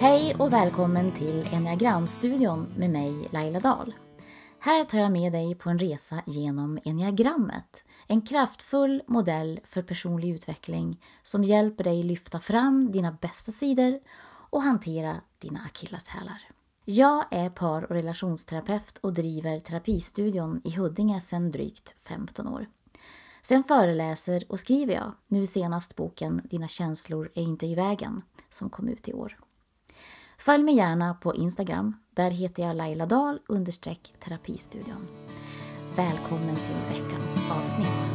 Hej och välkommen till Enneagramstudion med mig Laila Dahl. Här tar jag med dig på en resa genom enneagrammet. En kraftfull modell för personlig utveckling som hjälper dig lyfta fram dina bästa sidor och hantera dina akilleshälar. Jag är par- och relationsterapeut och driver terapistudion i Huddinge sedan drygt 15 år. Sen föreläser och skriver jag, nu senast boken Dina känslor är inte i vägen, som kom ut i år. Följ mig gärna på Instagram, där heter jag Laila Dahl _terapistudion. Välkommen till veckans avsnitt.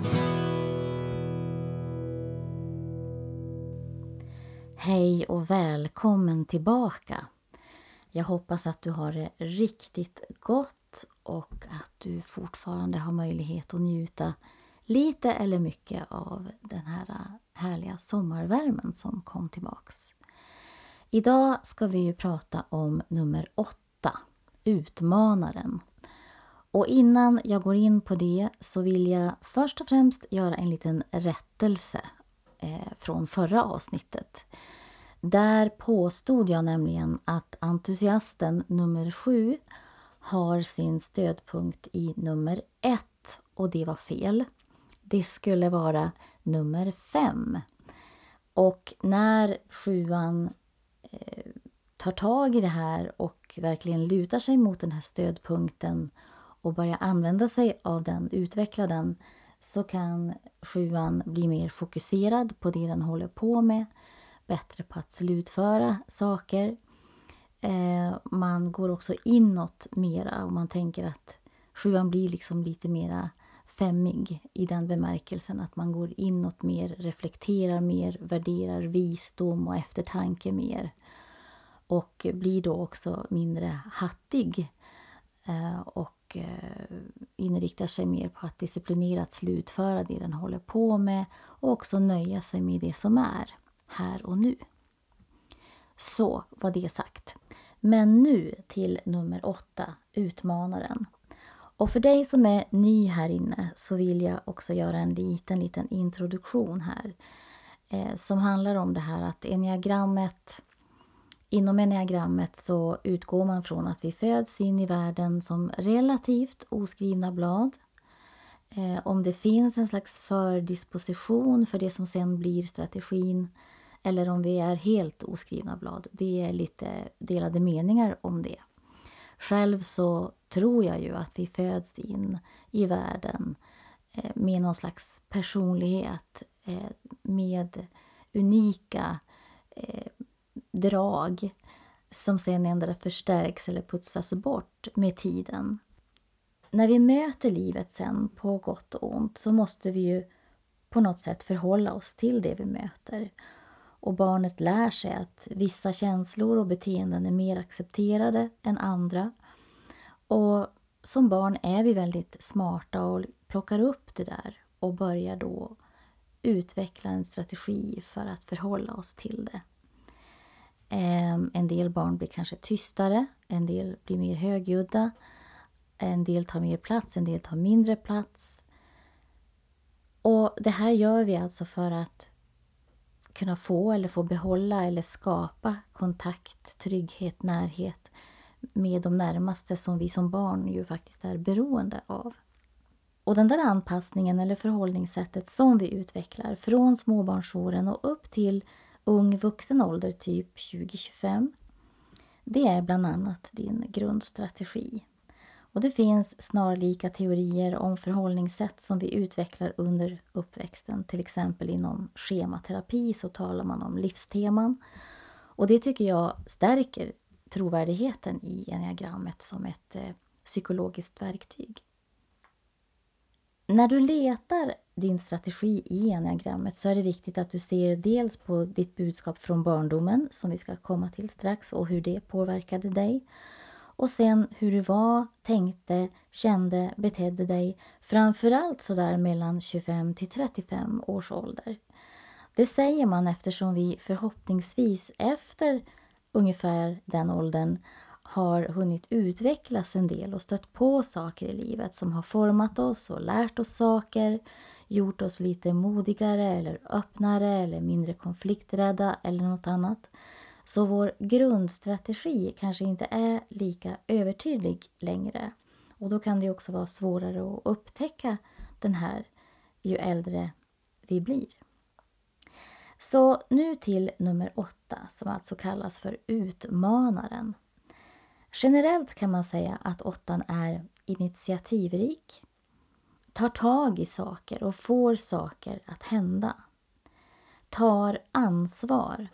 Hej och välkommen tillbaka. Jag hoppas att du har det riktigt gott och att du fortfarande har möjlighet att njuta lite eller mycket av den här härliga sommarvärmen som kom tillbaks. Idag ska vi ju prata om nummer 8, utmanaren. Och innan jag går in på det så vill jag först och främst göra en liten rättelse från förra avsnittet. Där påstod jag nämligen att entusiasten nummer 7 har sin stödpunkt i nummer 1 och det var fel. Det skulle vara nummer 5. Och när 7:an tar tag i det här och verkligen lutar sig mot den här stödpunkten och börjar använda sig av den, utveckla den, så kan 7:an bli mer fokuserad på det den håller på med, bättre på att slutföra saker. Man går också inåt mera och man tänker att 7:an blir liksom lite mera femmig i den bemärkelsen att man går inåt mer, reflekterar mer, värderar visdom och eftertanke mer. Och blir då också mindre hattig och inriktar sig mer på att disciplinerat slutföra det den håller på med och också nöja sig med det som är här och nu. Så var det sagt. Men nu till nummer 8, utmanaren. Och för dig som är ny här inne så vill jag också göra en liten introduktion här. Som handlar om det här att inom enneagrammet så utgår man från att vi föds in i världen som relativt oskrivna blad. Om det finns en slags fördisposition för det som sen blir strategin eller om vi är helt oskrivna blad, det är lite delade meningar om det. Själv så tror jag ju att vi föds in i världen med någon slags personlighet, med unika drag som sen ändå förstärks eller putsas bort med tiden. När vi möter livet sen på gott och ont så måste vi ju på något sätt förhålla oss till det vi möter. Och barnet lär sig att vissa känslor och beteenden är mer accepterade än andra. Och som barn är vi väldigt smarta och plockar upp det där och börjar då utveckla en strategi för att förhålla oss till det. En del barn blir kanske tystare, en del blir mer högljudda, en del tar mer plats, en del tar mindre plats. Och det här gör vi alltså för att kunna få behålla eller skapa kontakt, trygghet, närhet med de närmaste som vi som barn ju faktiskt är beroende av. Och den där anpassningen eller förhållningssättet som vi utvecklar från småbarnsåren och upp till ung vuxen ålder, typ 20-25, det är bland annat din grundstrategi. Och det finns snarlika teorier om förhållningssätt som vi utvecklar under uppväxten. Till exempel inom schematerapi så talar man om livsteman. Och det tycker jag stärker trovärdigheten i enneagrammet som ett psykologiskt verktyg. När du letar din strategi i enneagrammet så är det viktigt att du ser dels på ditt budskap från barndomen som vi ska komma till strax och hur det påverkade dig. Och sen hur du var, tänkte, kände, betedde dig framförallt sådär mellan 25 till 35 års ålder. Det säger man eftersom vi förhoppningsvis efter ungefär den åldern har hunnit utvecklas en del och stött på saker i livet som har format oss och lärt oss saker, gjort oss lite modigare eller öppnare eller mindre konflikträdda eller något annat. Så vår grundstrategi kanske inte är lika övertydlig längre. Och då kan det också vara svårare att upptäcka den här ju äldre vi blir. Så nu till nummer 8 som alltså kallas för utmanaren. Generellt kan man säga att 8 är initiativrik, tar tag i saker och får saker att hända. Tar ansvar.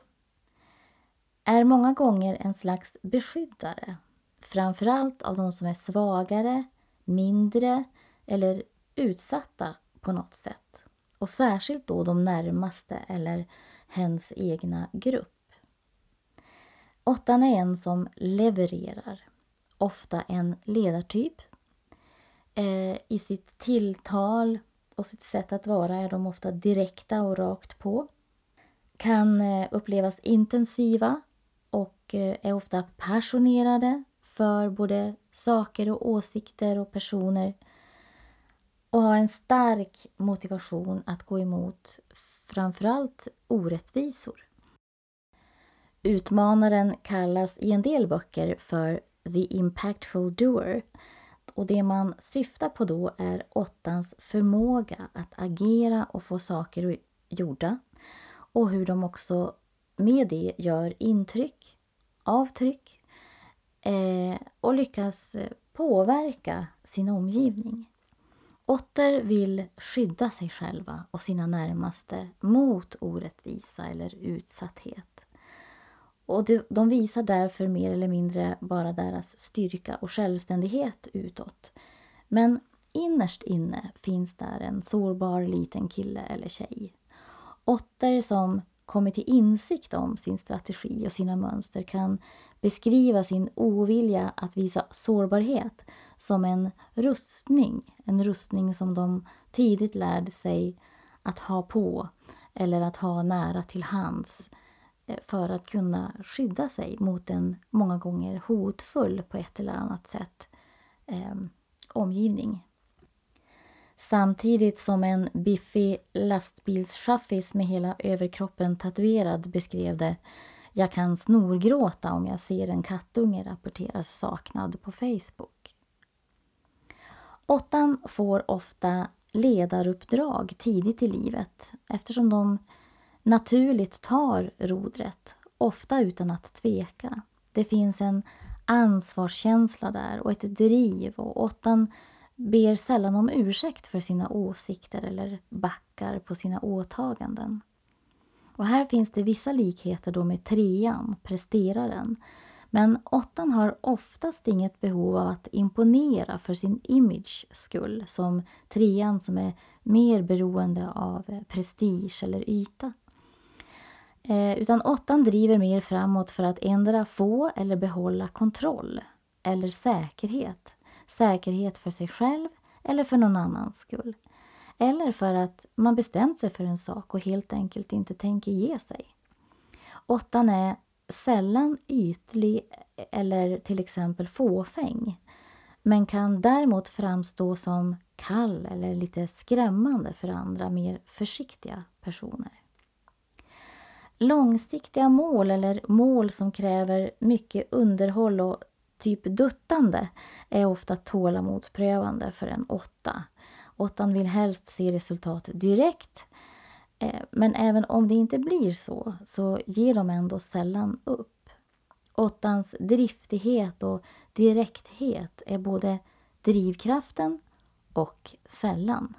Är många gånger en slags beskyddare, framförallt av de som är svagare, mindre eller utsatta på något sätt. Och särskilt då de närmaste eller hens egna grupp. 8 är en som levererar, ofta en ledartyp. I sitt tilltal och sitt sätt att vara är de ofta direkta och rakt på. Kan upplevas intensiva och är ofta passionerade för både saker och åsikter och personer. Och har en stark motivation att gå emot framförallt orättvisor. Utmanaren kallas i en del böcker för the impactful doer. Och det man syftar på då är 8:ans förmåga att agera och få saker gjorda. Och hur de också med det gör intryck, avtryck och lyckas påverka sin omgivning. 8 vill skydda sig själva och sina närmaste mot orättvisa eller utsatthet. Och de visar därför mer eller mindre bara deras styrka och självständighet utåt. Men innerst inne finns där en sårbar liten kille eller tjej. 8 som kommer till insikt om sin strategi och sina mönster kan beskriva sin ovilja att visa sårbarhet som en rustning. En rustning som de tidigt lärde sig att ha på eller att ha nära till hands för att kunna skydda sig mot en många gånger hotfull på ett eller annat sätt omgivning. Samtidigt som en biffig lastbilschaffis med hela överkroppen tatuerad beskrev det: jag kan snorgråta om jag ser en kattunge rapporteras saknad på Facebook. 8 får ofta ledaruppdrag tidigt i livet eftersom de naturligt tar rodret, ofta utan att tveka. Det finns en ansvarskänsla där och ett driv, och 8 ber sällan om ursäkt för sina åsikter eller backar på sina åtaganden. Och här finns det vissa likheter då med 3:an, presteraren. Men 8 har oftast inget behov av att imponera för sin image skull, som 3:an som är mer beroende av prestige eller yta. Utan 8 driver mer framåt för att ändra få eller behålla kontroll eller säkerhet. Säkerhet för sig själv eller för någon annans skull. Eller för att man bestämt sig för en sak och helt enkelt inte tänker ge sig. 8 är sällan ytlig eller till exempel fåfäng, men kan däremot framstå som kall eller lite skrämmande för andra mer försiktiga personer. Långsiktiga mål eller mål som kräver mycket underhåll och typ duttande är ofta tålamodsprövande för en 8. 8 vill helst se resultat direkt, men även om det inte blir så ger de ändå sällan upp. 8:ans driftighet och direkthet är både drivkraften och fällan.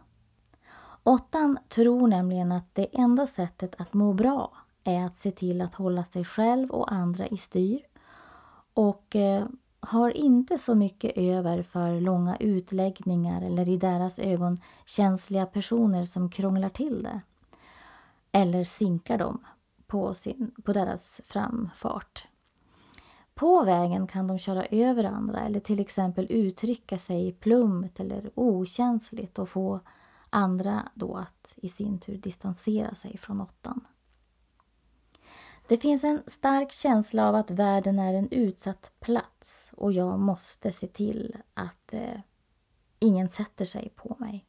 8 tror nämligen att det enda sättet att må bra är att se till att hålla sig själv och andra i styr, och har inte så mycket över för långa utläggningar eller i deras ögon känsliga personer som krånglar till det eller sinkar dem på deras framfart. På vägen kan de köra över andra eller till exempel uttrycka sig plumpt eller okänsligt och få andra då att i sin tur distansera sig från 8. Det finns en stark känsla av att världen är en utsatt plats och jag måste se till att ingen sätter sig på mig.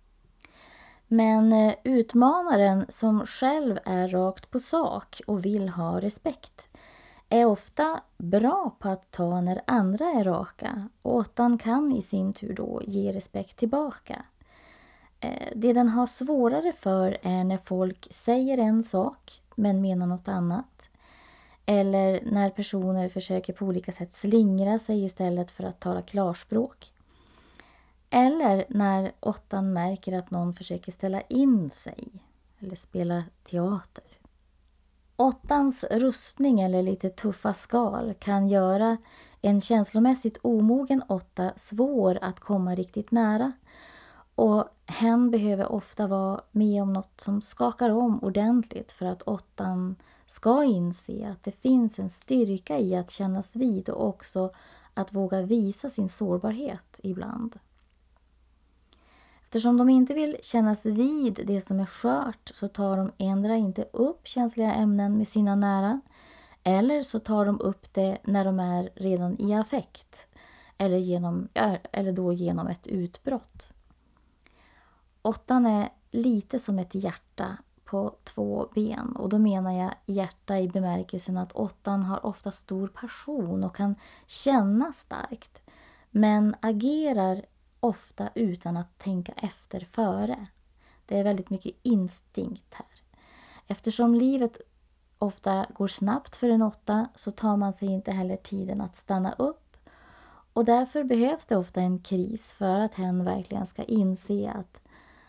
Men utmanaren som själv är rakt på sak och vill ha respekt är ofta bra på att ta när andra är raka, och 8 kan i sin tur då ge respekt tillbaka. Det den har svårare för är när folk säger en sak men menar något annat. Eller när personer försöker på olika sätt slingra sig istället för att tala klarspråk. Eller när 8 märker att någon försöker ställa in sig eller spela teater. 8:ans rustning eller lite tuffa skal kan göra en känslomässigt omogen 8 svår att komma riktigt nära. Och hen behöver ofta vara med om något som skakar om ordentligt för att 8 ska inse att det finns en styrka i att kännas vid och också att våga visa sin sårbarhet ibland. Eftersom de inte vill kännas vid det som är skört så tar de ändra inte upp känsliga ämnen med sina nära, eller så tar de upp det när de är redan i affekt eller då genom ett utbrott. 8 är lite som ett hjärta på 2 ben, och då menar jag hjärta i bemärkelsen att 8 har ofta stor passion och kan känna starkt, men agerar ofta utan att tänka efter före. Det är väldigt mycket instinkt här. Eftersom livet ofta går snabbt för en 8 så tar man sig inte heller tiden att stanna upp, och därför behövs det ofta en kris för att hen verkligen ska inse att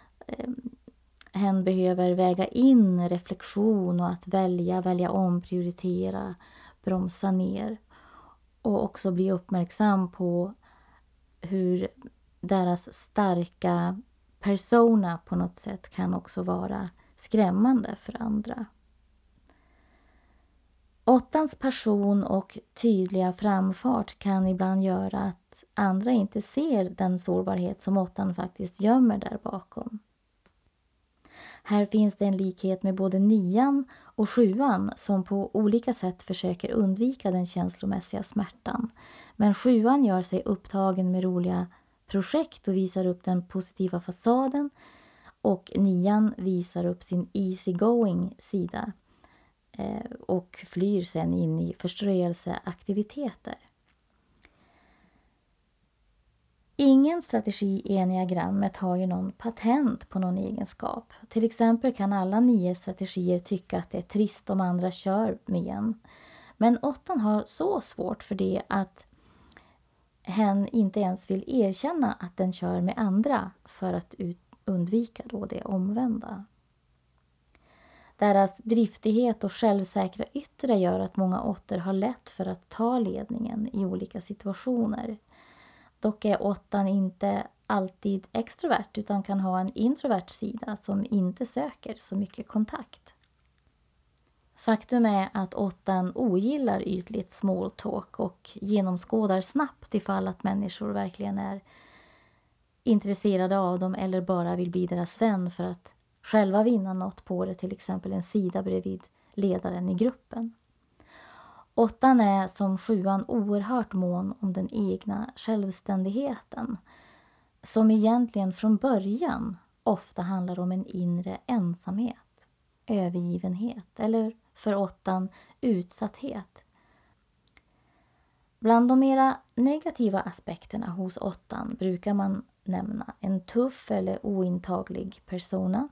hen behöver väga in reflektion och att välja om, prioritera, bromsa ner, och också bli uppmärksam på hur deras starka persona på något sätt kan också vara skrämmande för andra. 8:ans passion och tydliga framfart kan ibland göra att andra inte ser den sårbarhet som 8 faktiskt gömmer där bakom. Här finns det en likhet med både 9 och 7 som på olika sätt försöker undvika den känslomässiga smärtan. Men 7 gör sig upptagen med roliga projekt och visar upp den positiva fasaden, och 9 visar upp sin easygoing sida och flyr sen in i förströelseaktiviteter. Ingen strategi i enneagrammet har ju någon patent på någon egenskap. Till exempel kan alla 9 strategier tycka att det är trist om andra kör med en. Men 8 har så svårt för det att hen inte ens vill erkänna att den kör med andra för att undvika då det omvända. Deras driftighet och självsäkra yttre gör att många 8 har lätt för att ta ledningen i olika situationer. Dock är 8 inte alltid extrovert utan kan ha en introvert sida som inte söker så mycket kontakt. Faktum är att 8 ogillar ytligt small talk och genomskådar snabbt ifall att människor verkligen är intresserade av dem eller bara vill bli deras vän för att själva vinna något på det, till exempel en sida bredvid ledaren i gruppen. 8 är som 7 oerhört mån om den egna självständigheten, som egentligen från början ofta handlar om en inre ensamhet, övergivenhet eller för 8 utsatthet. Bland de mera negativa aspekterna hos 8 brukar man nämna en tuff eller ointaglig persona.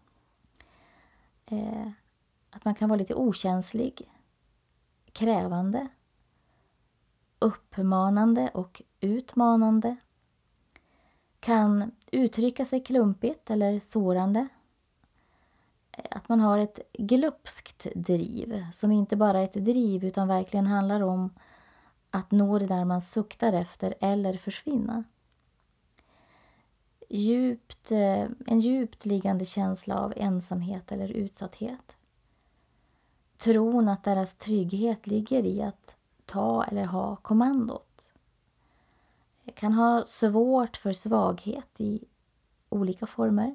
Att man kan vara lite okänslig, krävande, uppmanande och utmanande. Kan uttrycka sig klumpigt eller sårande. Att man har ett glupskt driv som inte bara är ett driv utan verkligen handlar om att nå det där man suktar efter eller försvinna. En djupt liggande känsla av ensamhet eller utsatthet. Tron att deras trygghet ligger i att ta eller ha kommandot. Kan ha svårt för svaghet i olika former.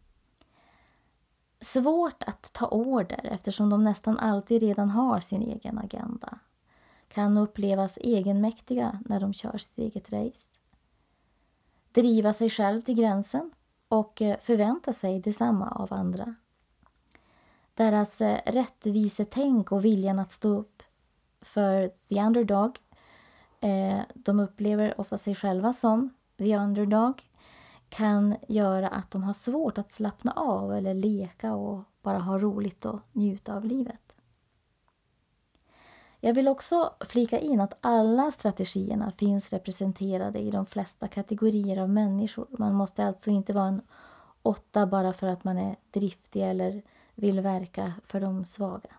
Svårt att ta order eftersom de nästan alltid redan har sin egen agenda. Kan upplevas egenmäktiga när de kör sitt eget race. Driva sig själv till gränsen och förvänta sig detsamma av andra. Deras rättvisetänk och viljan att stå upp för the underdog. De upplever ofta sig själva som the underdog. Kan göra att de har svårt att slappna av eller leka och bara ha roligt och njuta av livet. Jag vill också flika in att alla strategierna finns representerade i de flesta kategorier av människor. Man måste alltså inte vara en 8 bara för att man är driftig eller vill verka för de svaga.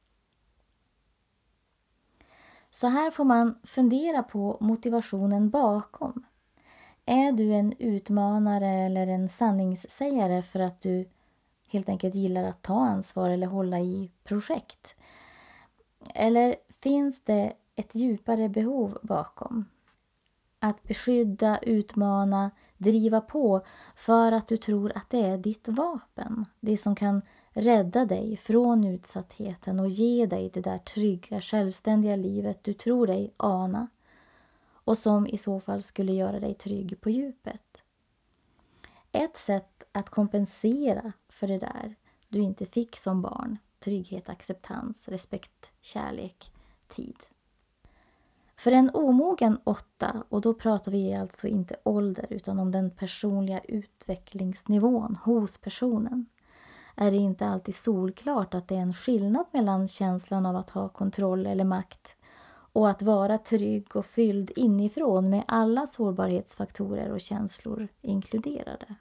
Så här får man fundera på motivationen bakom. Är du en utmanare eller en sanningssägare för att du helt enkelt gillar att ta ansvar eller hålla i projekt? Eller finns det ett djupare behov bakom? Att beskydda, utmana, driva på för att du tror att det är ditt vapen. Det som kan rädda dig från utsattheten och ge dig det där trygga, självständiga livet du tror dig ana. Och som i så fall skulle göra dig trygg på djupet. Ett sätt att kompensera för det där du inte fick som barn. Trygghet, acceptans, respekt, kärlek, tid. För en omogen 8, och då pratar vi alltså inte ålder utan om den personliga utvecklingsnivån hos personen, är det inte alltid solklart att det är en skillnad mellan känslan av att ha kontroll eller makt och att vara trygg och fylld inifrån med alla sårbarhetsfaktorer och känslor inkluderade.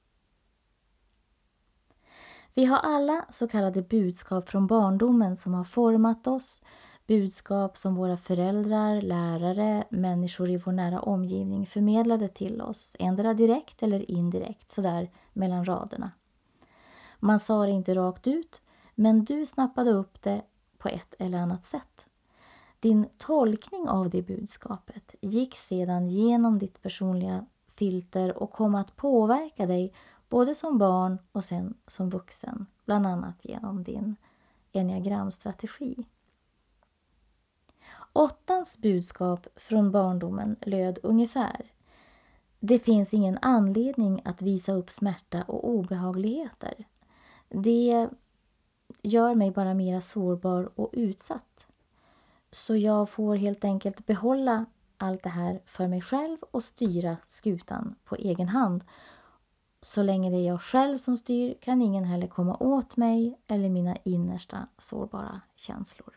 Vi har alla så kallade budskap från barndomen som har format oss. Budskap som våra föräldrar, lärare, människor i vår nära omgivning förmedlade till oss. Endera direkt eller indirekt, sådär mellan raderna. Man sa det inte rakt ut, men du snappade upp det på ett eller annat sätt. Din tolkning av det budskapet gick sedan genom ditt personliga filter och kom att påverka dig både som barn och sen som vuxen, bland annat genom din enneagramstrategi. 8:ans budskap från barndomen löd ungefär: det finns ingen anledning att visa upp smärta och obehagligheter. Det gör mig bara mer sårbar och utsatt. Så jag får helt enkelt behålla allt det här för mig själv och styra skutan på egen hand. Så länge det är jag själv som styr kan ingen heller komma åt mig eller mina innersta sårbara känslor.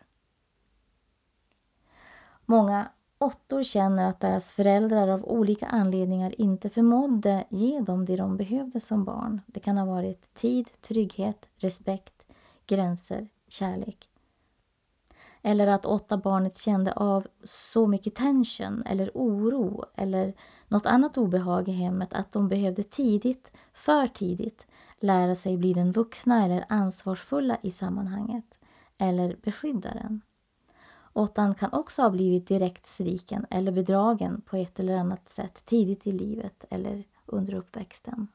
Många 8:or känner att deras föräldrar av olika anledningar inte förmådde ge dem det de behövde som barn. Det kan ha varit tid, trygghet, respekt, gränser, kärlek. Eller att 8-barnet kände av så mycket tension eller oro eller något annat obehag i hemmet att de behövde tidigt, för tidigt, lära sig bli den vuxna eller ansvarsfulla i sammanhanget eller beskyddaren. 8:an kan också ha blivit direkt sviken eller bedragen på ett eller annat sätt tidigt i livet eller under uppväxten.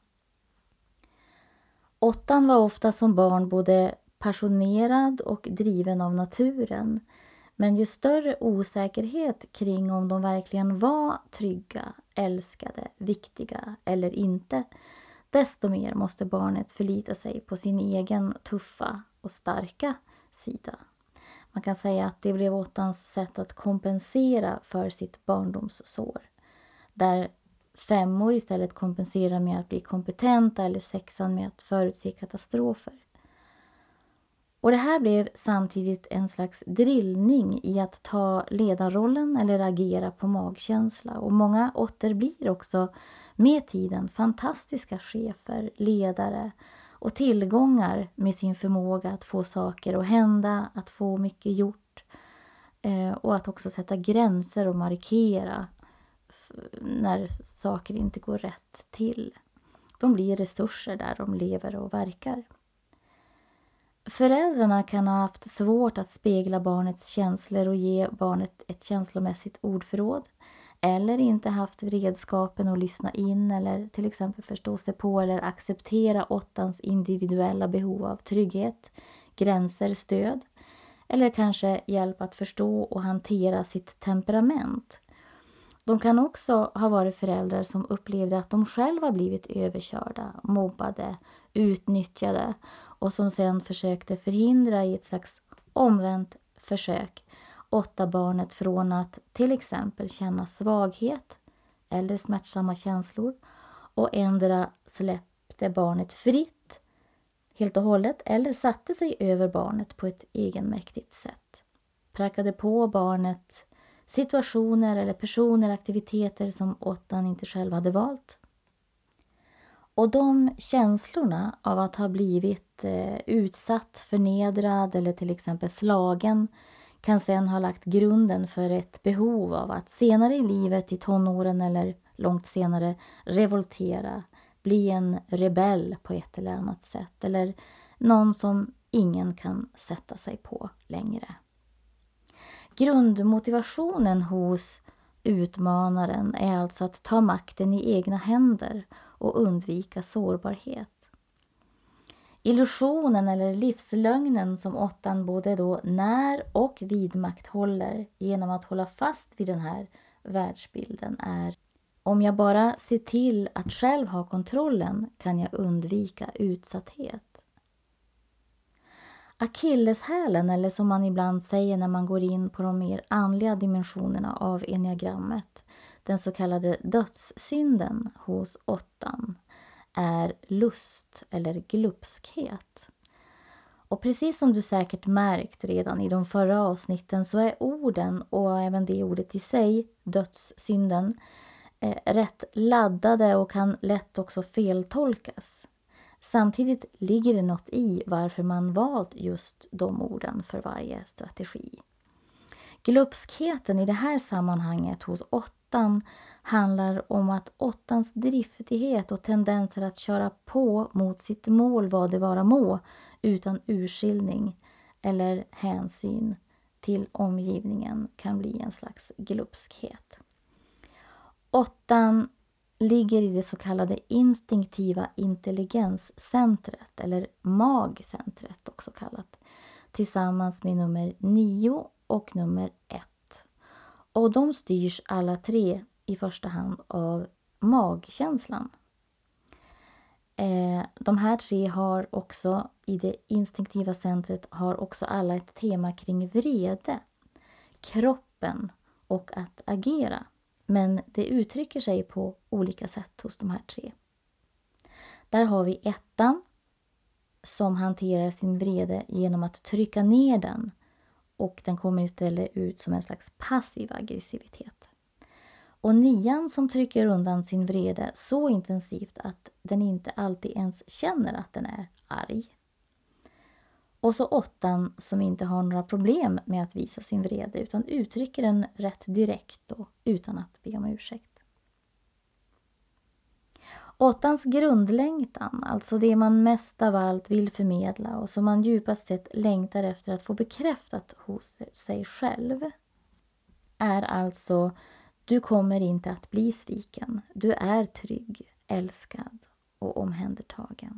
8:an var ofta som barn både passionerad och driven av naturen. Men ju större osäkerhet kring om de verkligen var trygga, älskade, viktiga eller inte, desto mer måste barnet förlita sig på sin egen tuffa och starka sida. Man kan säga att det blev 8:ans sätt att kompensera för sitt barndomssår. Där 5:or istället kompenserar med att bli kompetenta eller 6:an med att förutse katastrofer. Och det här blev samtidigt en slags drillning i att ta ledarrollen eller agera på magkänsla. Och många 8:or blir också med tiden fantastiska chefer, ledare och tillgångar med sin förmåga att få saker att hända, att få mycket gjort och att också sätta gränser och markera när saker inte går rätt till. De blir resurser där de lever och verkar. Föräldrarna kan ha haft svårt att spegla barnets känslor och ge barnet ett känslomässigt ordförråd. Eller inte haft redskapen att lyssna in eller till exempel förstå sig på eller acceptera 8:ans individuella behov av trygghet, gränser, stöd. Eller kanske hjälp att förstå och hantera sitt temperament. De kan också ha varit föräldrar som upplevde att de själva blivit överkörda, mobbade, utnyttjade och som sen försökte förhindra i ett slags omvänt försök 8-barnet från att till exempel känna svaghet eller smärtsamma känslor och ändra släppte barnet fritt helt och hållet eller satte sig över barnet på ett egenmäktigt sätt. Prackade på barnet situationer eller personer, aktiviteter som 8 inte själv hade valt. Och de känslorna av att ha blivit utsatt, förnedrad eller till exempel slagen kan sedan ha lagt grunden för ett behov av att senare i livet, i tonåren eller långt senare, revoltera, bli en rebell på ett eller annat sätt eller någon som ingen kan sätta sig på längre. Grundmotivationen hos utmanaren är alltså att ta makten i egna händer och undvika sårbarhet. Illusionen eller livslögnen som 8 både då när och vidmakthåller genom att hålla fast vid den här världsbilden är: om jag bara ser till att själv ha kontrollen kan jag undvika utsatthet. Akilleshälen, eller som man ibland säger när man går in på de mer andliga dimensionerna av enneagrammet, den så kallade dödssynden hos 8, är lust eller glupskhet. Och precis som du säkert märkt redan i de förra avsnitten så är orden och även det ordet i sig, dödssynden, rätt laddade och kan lätt också feltolkas. Samtidigt ligger det något i varför man valt just de orden för varje strategi. Glupskheten i det här sammanhanget hos 8 handlar om att 8:s driftighet och tendenser att köra på mot sitt mål vad det vara må utan urskiljning eller hänsyn till omgivningen kan bli en slags glupskhet. 8 ligger i det så kallade instinktiva intelligenscentret eller magcentret också kallat, tillsammans med nummer 9 och nummer 1. Och de styrs alla 3 i första hand av magkänslan. De här 3 har också i det instinktiva centret har också alla ett tema kring vrede, kroppen och att agera. Men det uttrycker sig på olika sätt hos de här 3. Där har vi 1 som hanterar sin vrede genom att trycka ner den. Och den kommer istället ut som en slags passiv aggressivitet. Och 9 som trycker undan sin vrede så intensivt att den inte alltid ens känner att den är arg. Och så 8 som inte har några problem med att visa sin vrede utan uttrycker den rätt direkt och utan att be om ursäkt. 8:s grundlängtan, alltså det man mest av allt vill förmedla och som man djupast sett längtar efter att få bekräftat hos sig själv, är alltså: du kommer inte att bli sviken. Du är trygg, älskad och omhändertagen.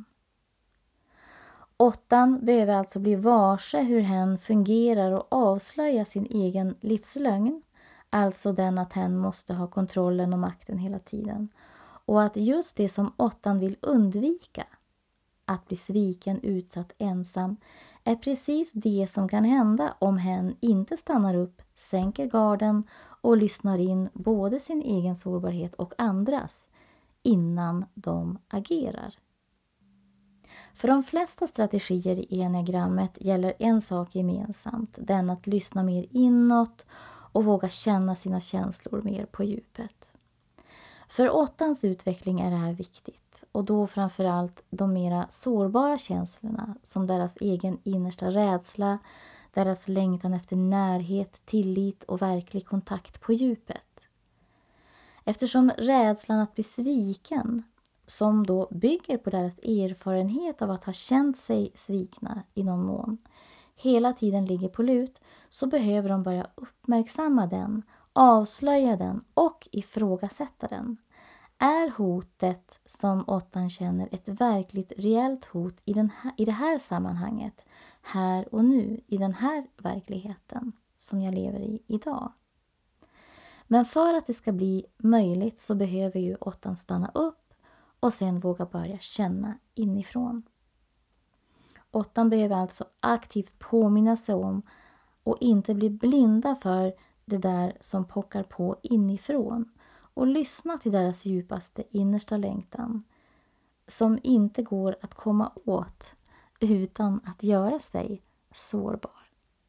8 behöver alltså bli varse hur hen fungerar och avslöja sin egen livslögn, alltså den att hen måste ha kontrollen och makten hela tiden. Och att just det som 8 vill undvika, att bli sviken, utsatt, ensam, är precis det som kan hända om hen inte stannar upp, sänker garden och lyssnar in både sin egen sårbarhet och andras innan de agerar. För de flesta strategier i enneagrammet gäller en sak gemensamt, den att lyssna mer inåt och våga känna sina känslor mer på djupet. För 8:ans utveckling är det här viktigt, och då framförallt de mera sårbara känslorna som deras egen innersta rädsla, deras längtan efter närhet, tillit och verklig kontakt på djupet. Eftersom rädslan att bli sviken, som då bygger på deras erfarenhet av att ha känt sig svikna i någon mån, hela tiden ligger på lut, så behöver de börja uppmärksamma den, avslöja den och ifrågasätta den. Är hotet som 8 känner ett verkligt reellt hot i det här sammanhanget, här och nu, i den här verkligheten som jag lever i idag? Men för att det ska bli möjligt så behöver ju 8 stanna upp och sen våga börja känna inifrån. 8 behöver alltså aktivt påminna sig om och inte bli blinda för det där som pockar på inifrån och lyssna till deras djupaste innersta längtan som inte går att komma åt utan att göra sig sårbar.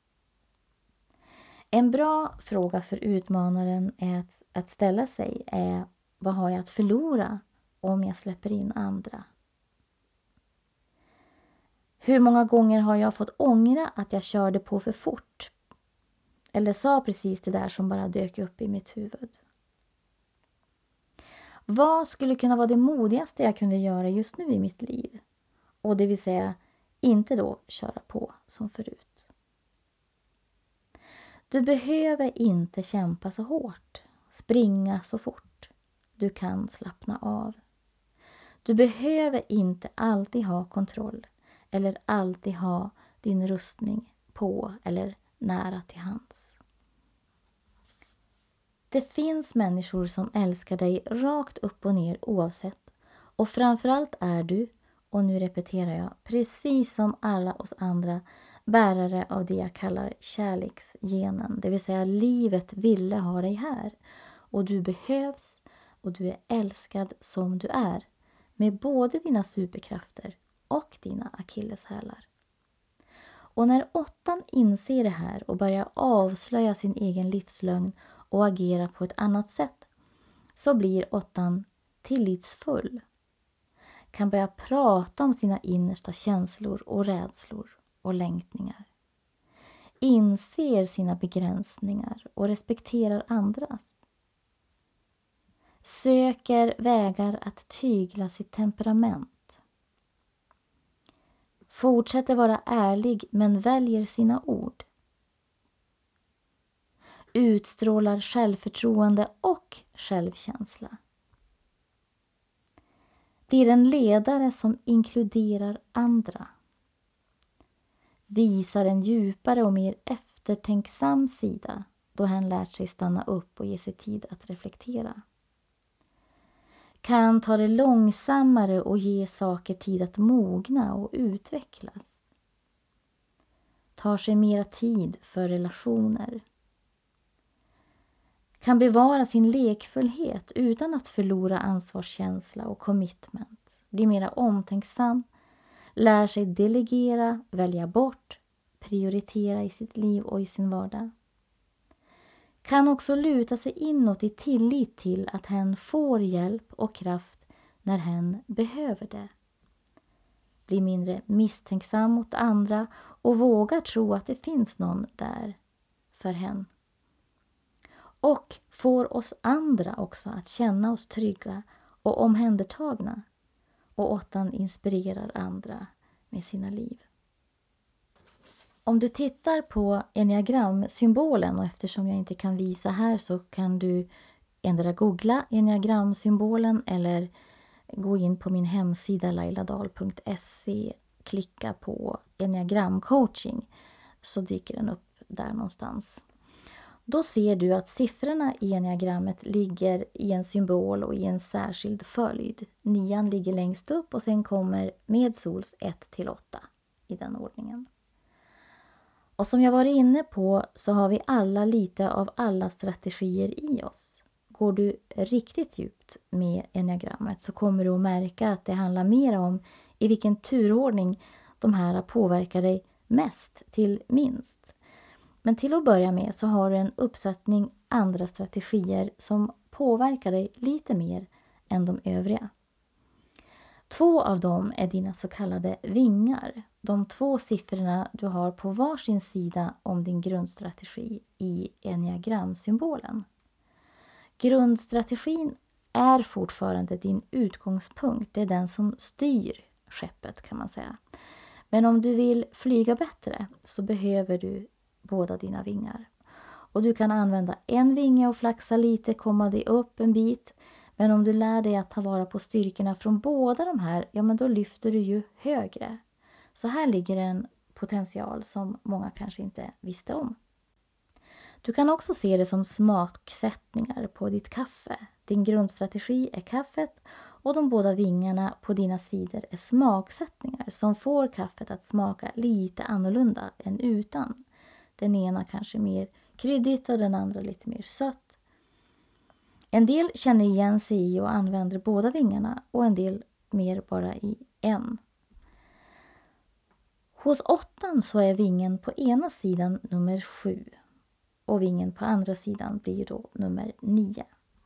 En bra fråga för utmanaren att ställa sig är: vad har jag att förlora om jag släpper in andra? Hur många gånger har jag fått ångra att jag körde på för fort? Eller sa precis det där som bara dök upp i mitt huvud? Vad skulle kunna vara det modigaste jag kunde göra just nu i mitt liv? Och det vill säga, inte då köra på som förut. Du behöver inte kämpa så hårt, springa så fort. Du kan slappna av. Du behöver inte alltid ha kontroll eller alltid ha din rustning på eller nära till hands. Det finns människor som älskar dig rakt upp och ner oavsett. Och framförallt är du, och nu repeterar jag, precis som alla oss andra, bärare av det jag kallar kärleksgenen. Det vill säga livet ville ha dig här. Och du behövs och du är älskad som du är. Med både dina superkrafter och dina akilleshälar. Och när 8 inser det här och börjar avslöja sin egen livslögn och agera på ett annat sätt, så blir 8 tillitsfull. Kan börja prata om sina innersta känslor och rädslor och längtningar. Inser sina begränsningar och respekterar andras. Söker vägar att tygla sitt temperament. Fortsätter vara ärlig men väljer sina ord. Utstrålar självförtroende och självkänsla. Blir en ledare som inkluderar andra. Visar en djupare och mer eftertänksam sida då han lärt sig stanna upp och ge sig tid att reflektera. Kan ta det långsammare och ge saker tid att mogna och utvecklas. Tar sig mera tid för relationer. Kan bevara sin lekfullhet utan att förlora ansvarskänsla och commitment. Blir mera omtänksam. Lär sig delegera, välja bort, prioritera i sitt liv och i sin vardag. Kan också luta sig inåt i tillit till att hen får hjälp och kraft när hen behöver det. Blir mindre misstänksam mot andra och vågar tro att det finns någon där för hen. Och får oss andra också att känna oss trygga och omhändertagna. Och 8 inspirerar andra med sina liv. Om du tittar på enneagramsymbolen, och eftersom jag inte kan visa här så kan du ändra googla enneagramsymbolen eller gå in på min hemsida lailadal.se, klicka på enneagramcoaching så dyker den upp där någonstans. Då ser du att siffrorna i enneagrammet ligger i en symbol och i en särskild följd. 9 ligger längst upp och sen kommer medsols 1-8 i den ordningen. Och som jag var inne på så har vi alla lite av alla strategier i oss. Går du riktigt djupt med enneagrammet så kommer du att märka att det handlar mer om i vilken turordning de här påverkar dig mest till minst. Men till att börja med så har du en uppsättning andra strategier som påverkar dig lite mer än de övriga. 2 av dem är dina så kallade vingar. De 2 siffrorna du har på varsin sida om din grundstrategi i enneagramsymbolen. Grundstrategin är fortfarande din utgångspunkt. Det är den som styr skeppet kan man säga. Men om du vill flyga bättre så behöver du båda dina vingar. Och du kan använda en vinge och flaxa lite, komma dig upp en bit. Men om du lär dig att ta vara på styrkorna från båda de här, ja men då lyfter du ju högre. Så här ligger en potential som många kanske inte visste om. Du kan också se det som smaksättningar på ditt kaffe. Din grundstrategi är kaffet och de båda vingarna på dina sidor är smaksättningar som får kaffet att smaka lite annorlunda än utan. Den ena kanske mer kryddigt och den andra lite mer sött. En del känner igen sig i och använder båda vingarna och en del mer bara i en. Hos 8 så är vingen på ena sidan nummer 7 och vingen på andra sidan blir då nummer 9.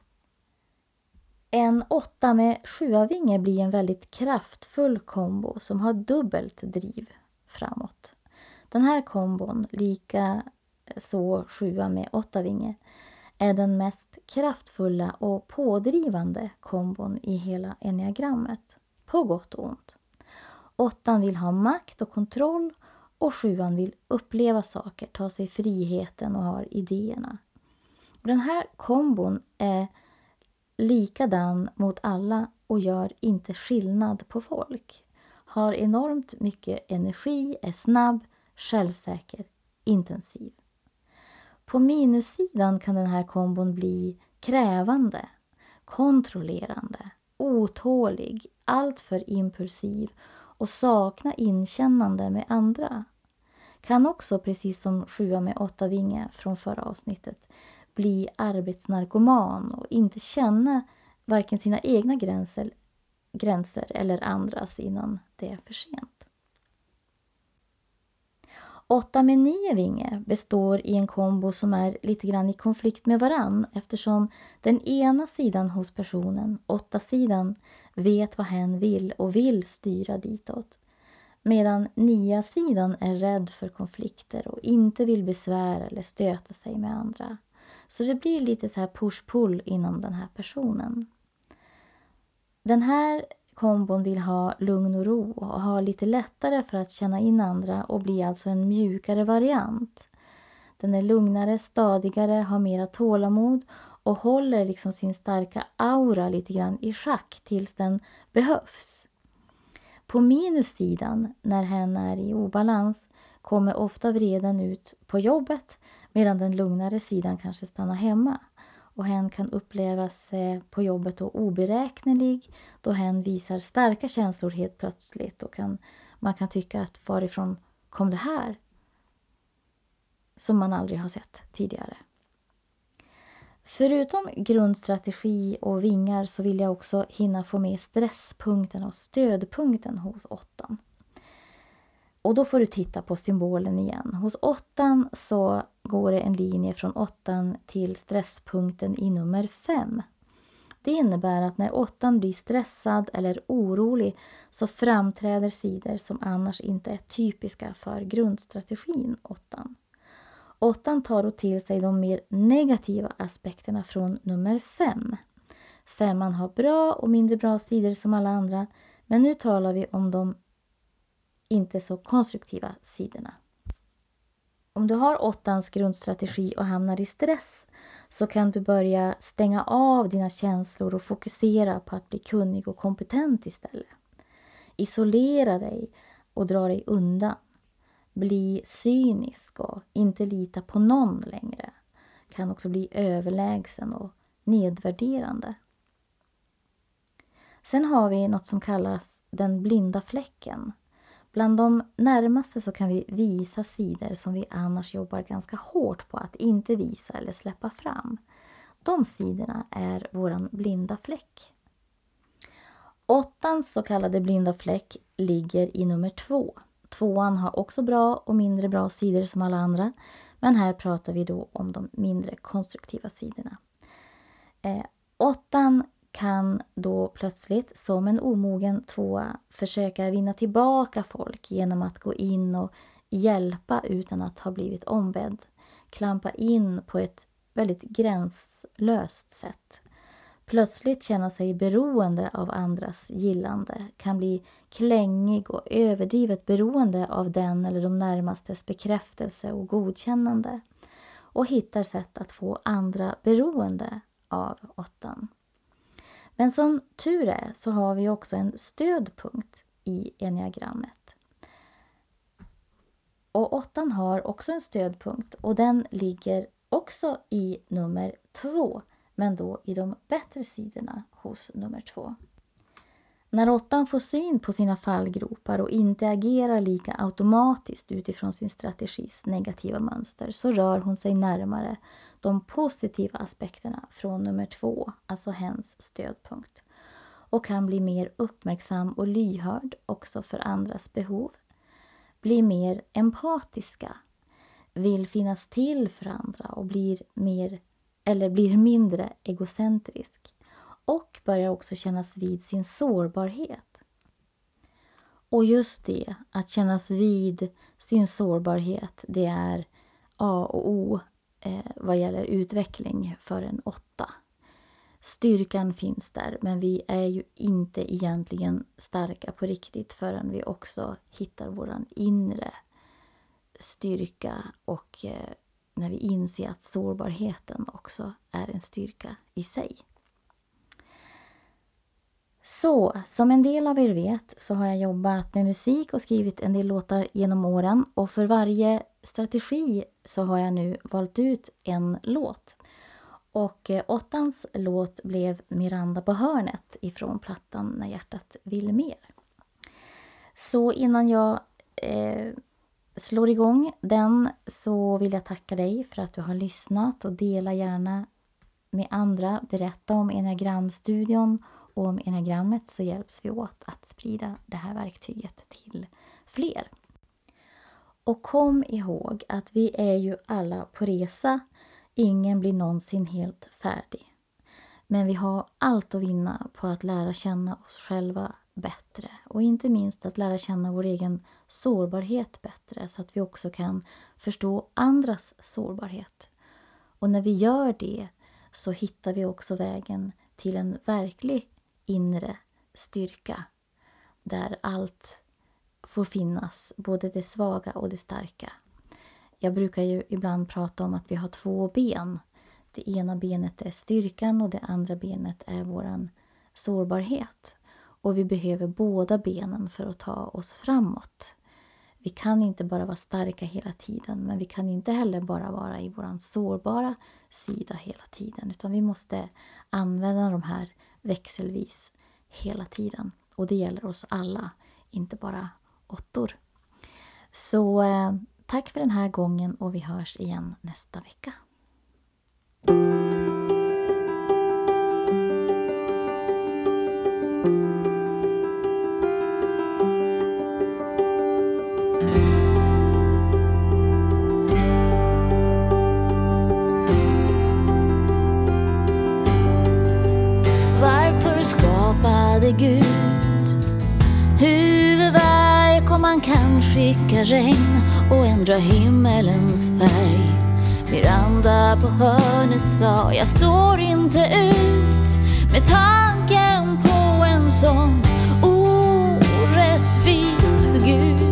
En 8 med 7-vinge blir en väldigt kraftfull kombo som har dubbelt driv framåt. Den här kombon, lika så 7 med 8-vinge, är den mest kraftfulla och pådrivande kombon i hela enneagrammet, på gott och ont. 8 vill ha makt och kontroll och 7 vill uppleva saker, ta sig friheten och har idéerna. Den här kombon är likadan mot alla och gör inte skillnad på folk. Har enormt mycket energi, är snabb, självsäker, intensiv. På minussidan kan den här kombon bli krävande, kontrollerande, otålig, alltför impulsiv och sakna inkännande med andra. Kan också, precis som 7 med 8-vinge från förra avsnittet, bli arbetsnarkoman och inte känna varken sina egna gränser eller andras innan det är för sent. 8 med 9-vinge består i en kombo som är lite grann i konflikt med varann eftersom den ena sidan hos personen, 8-sidan, vet vad hen vill och vill styra ditåt. Medan 9-sidan är rädd för konflikter och inte vill besvära eller stöta sig med andra. Så det blir lite så här push-pull inom den här personen. Den här kombon vill ha lugn och ro och ha lite lättare för att känna in andra och bli alltså en mjukare variant. Den är lugnare, stadigare, har mera tålamod och håller liksom sin starka aura lite grann i schack tills den behövs. På minussidan, när hen är i obalans, kommer ofta vreden ut på jobbet medan den lugnare sidan kanske stannar hemma. Och hen kan upplevas på jobbet då oberäknelig då hen visar starka känslor helt plötsligt. Och man kan tycka att varifrån kom det här? Som man aldrig har sett tidigare. Förutom grundstrategi och vingar så vill jag också hinna få med stresspunkten och stödpunkten hos 8. Och då får du titta på symbolen igen. Hos 8 så går det en linje från 8 till stresspunkten i nummer 5. Det innebär att när 8 blir stressad eller orolig så framträder sidor som annars inte är typiska för grundstrategin 8. 8 tar då till sig de mer negativa aspekterna från nummer 5. 5 har bra och mindre bra sidor som alla andra, men nu talar vi om de inte så konstruktiva sidorna. Om du har 8:ans grundstrategi och hamnar i stress så kan du börja stänga av dina känslor och fokusera på att bli kunnig och kompetent istället. Isolera dig och dra dig undan. Bli cynisk och inte lita på någon längre. Kan också bli överlägsen och nedvärderande. Sen har vi något som kallas den blinda fläcken. Bland de närmaste så kan vi visa sidor som vi annars jobbar ganska hårt på att inte visa eller släppa fram. De sidorna är våran blinda fläck. 8:ans så kallade blinda fläck ligger i nummer 2. 2:an har också bra och mindre bra sidor som alla andra. Men här pratar vi då om de mindre konstruktiva sidorna. 8:an kan då plötsligt som en omogen 2:a försöka vinna tillbaka folk genom att gå in och hjälpa utan att ha blivit ombedd. Klampa in på ett väldigt gränslöst sätt. Plötsligt känna sig beroende av andras gillande. Kan bli klängig och överdrivet beroende av den eller de närmastes bekräftelse och godkännande. Och hittar sätt att få andra beroende av 8:an. Men som tur är så har vi också en stödpunkt i enneagrammet. Och 8:an har också en stödpunkt och den ligger också i nummer 2. Men då i de bättre sidorna hos nummer 2. När 8 får syn på sina fallgropar och inte agerar lika automatiskt utifrån sin strategis negativa mönster, så rör hon sig närmare de positiva aspekterna från nummer 2, alltså hens stödpunkt. Och kan bli mer uppmärksam och lyhörd också för andras behov. Blir mer empatiska, vill finnas till för andra och blir mindre egocentrisk. Och börjar också kännas vid sin sårbarhet. Och just det, att kännas vid sin sårbarhet, det är A och O vad gäller utveckling för en 8. Styrkan finns där, men vi är ju inte egentligen starka på riktigt förrän vi också hittar våran inre styrka och när vi inser att sårbarheten också är en styrka i sig. Så, som en del av er vet så har jag jobbat med musik och skrivit en del låtar genom åren. Och för varje strategi så har jag nu valt ut en låt. Och 8:ans låt blev Miranda på hörnet ifrån plattan När hjärtat vill mer. Så innan jag slår igång den så vill jag tacka dig för att du har lyssnat. Och dela gärna med andra, berätta om Enneagramstudion. Och om Enneagrammet så hjälps vi åt att sprida det här verktyget till fler. Och kom ihåg att vi är ju alla på resa. Ingen blir någonsin helt färdig. Men vi har allt att vinna på att lära känna oss själva bättre. Och inte minst att lära känna vår egen sårbarhet bättre. Så att vi också kan förstå andras sårbarhet. Och när vi gör det så hittar vi också vägen till en verklig inre styrka. Där allt får finnas, både det svaga och det starka. Jag brukar ju ibland prata om att vi har 2 ben. Det ena benet är styrkan och det andra benet är våran sårbarhet. Och vi behöver båda benen för att ta oss framåt. Vi kan inte bara vara starka hela tiden, men vi kan inte heller bara vara i våran sårbara sida hela tiden. Utan vi måste använda de här växelvis hela tiden. Och det gäller oss alla, inte bara 8. Så tack för den här gången och vi hörs igen nästa vecka. Varför skapade Gud huvudvärk om man kan skicka regn och ändra himmelens färg? Miranda på hörnet sa, jag står inte ut med tanken på en sån orättvis Gud.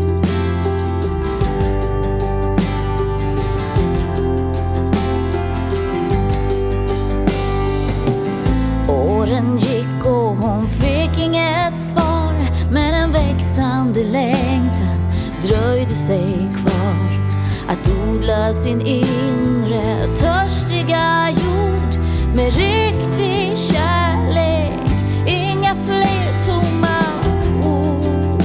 Åren gick och hon fick inget svar, men en växande längtan dröjde sig kvar. Att odla sin inre törstiga jord med riktig kärlek, inga fler tomma ord.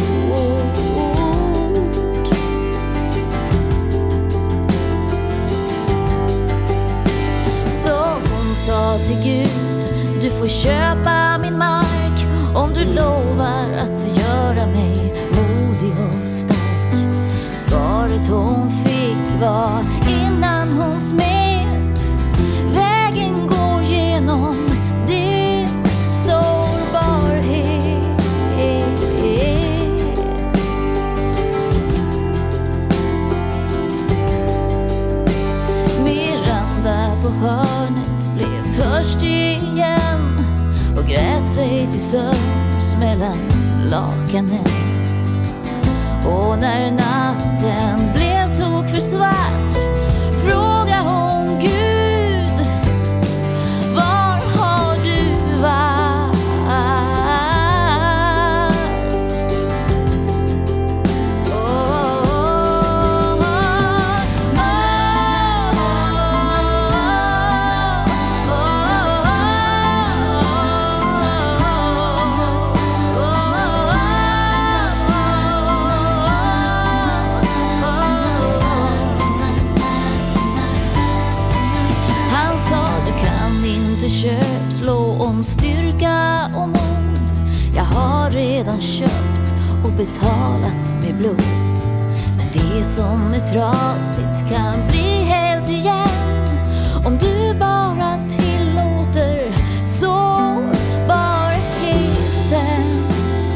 Så hon sa till Gud, du får köpa min mark om du lovar att göra mig modig och stark. Svaret hon fick var innan hon smet, vägen går genom din sårbarhet. Miranda på hörnet blev törstig igen och grät sig till sömns mellan lakanen. Och när natten blev tok för svart frågade hon Gud, var har du varit? betalat med blod. Men det som är trasigt kan bli helt igen om du bara tillåter sårbarheten.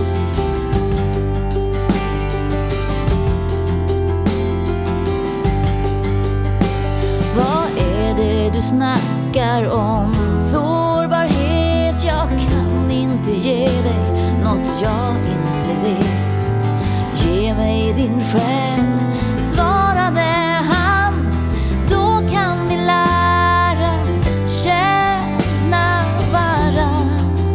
Vad är det du snackar om? Sårbarhet, jag kan inte ge dig något jag inte vet. Ge mig din själ, svarade han. Då kan vi lära känna varann.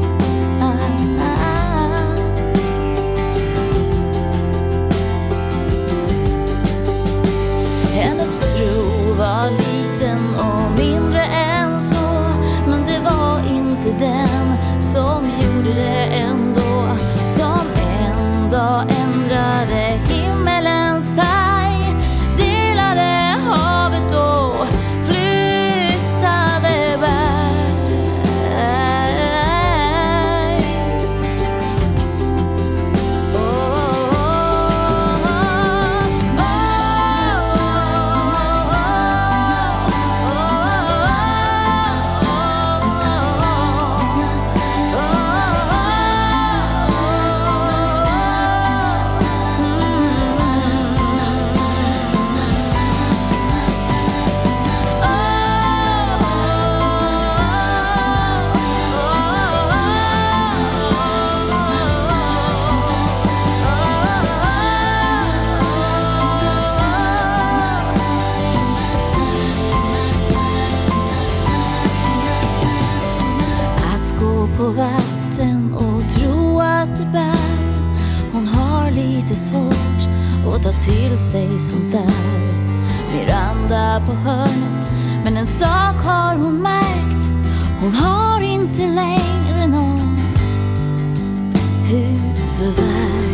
Hennes tro var liten och mindre än så, men det var inte den som gjorde det ändå, som en dag ändrade himmelens färg, delade havet och flyttade berg. På vatten och tro att det bär. Hon har lite svårt att ta till sig sånt där. Miranda på hörnet, men en sak har hon märkt. Hon har inte längre någon huvudvärk.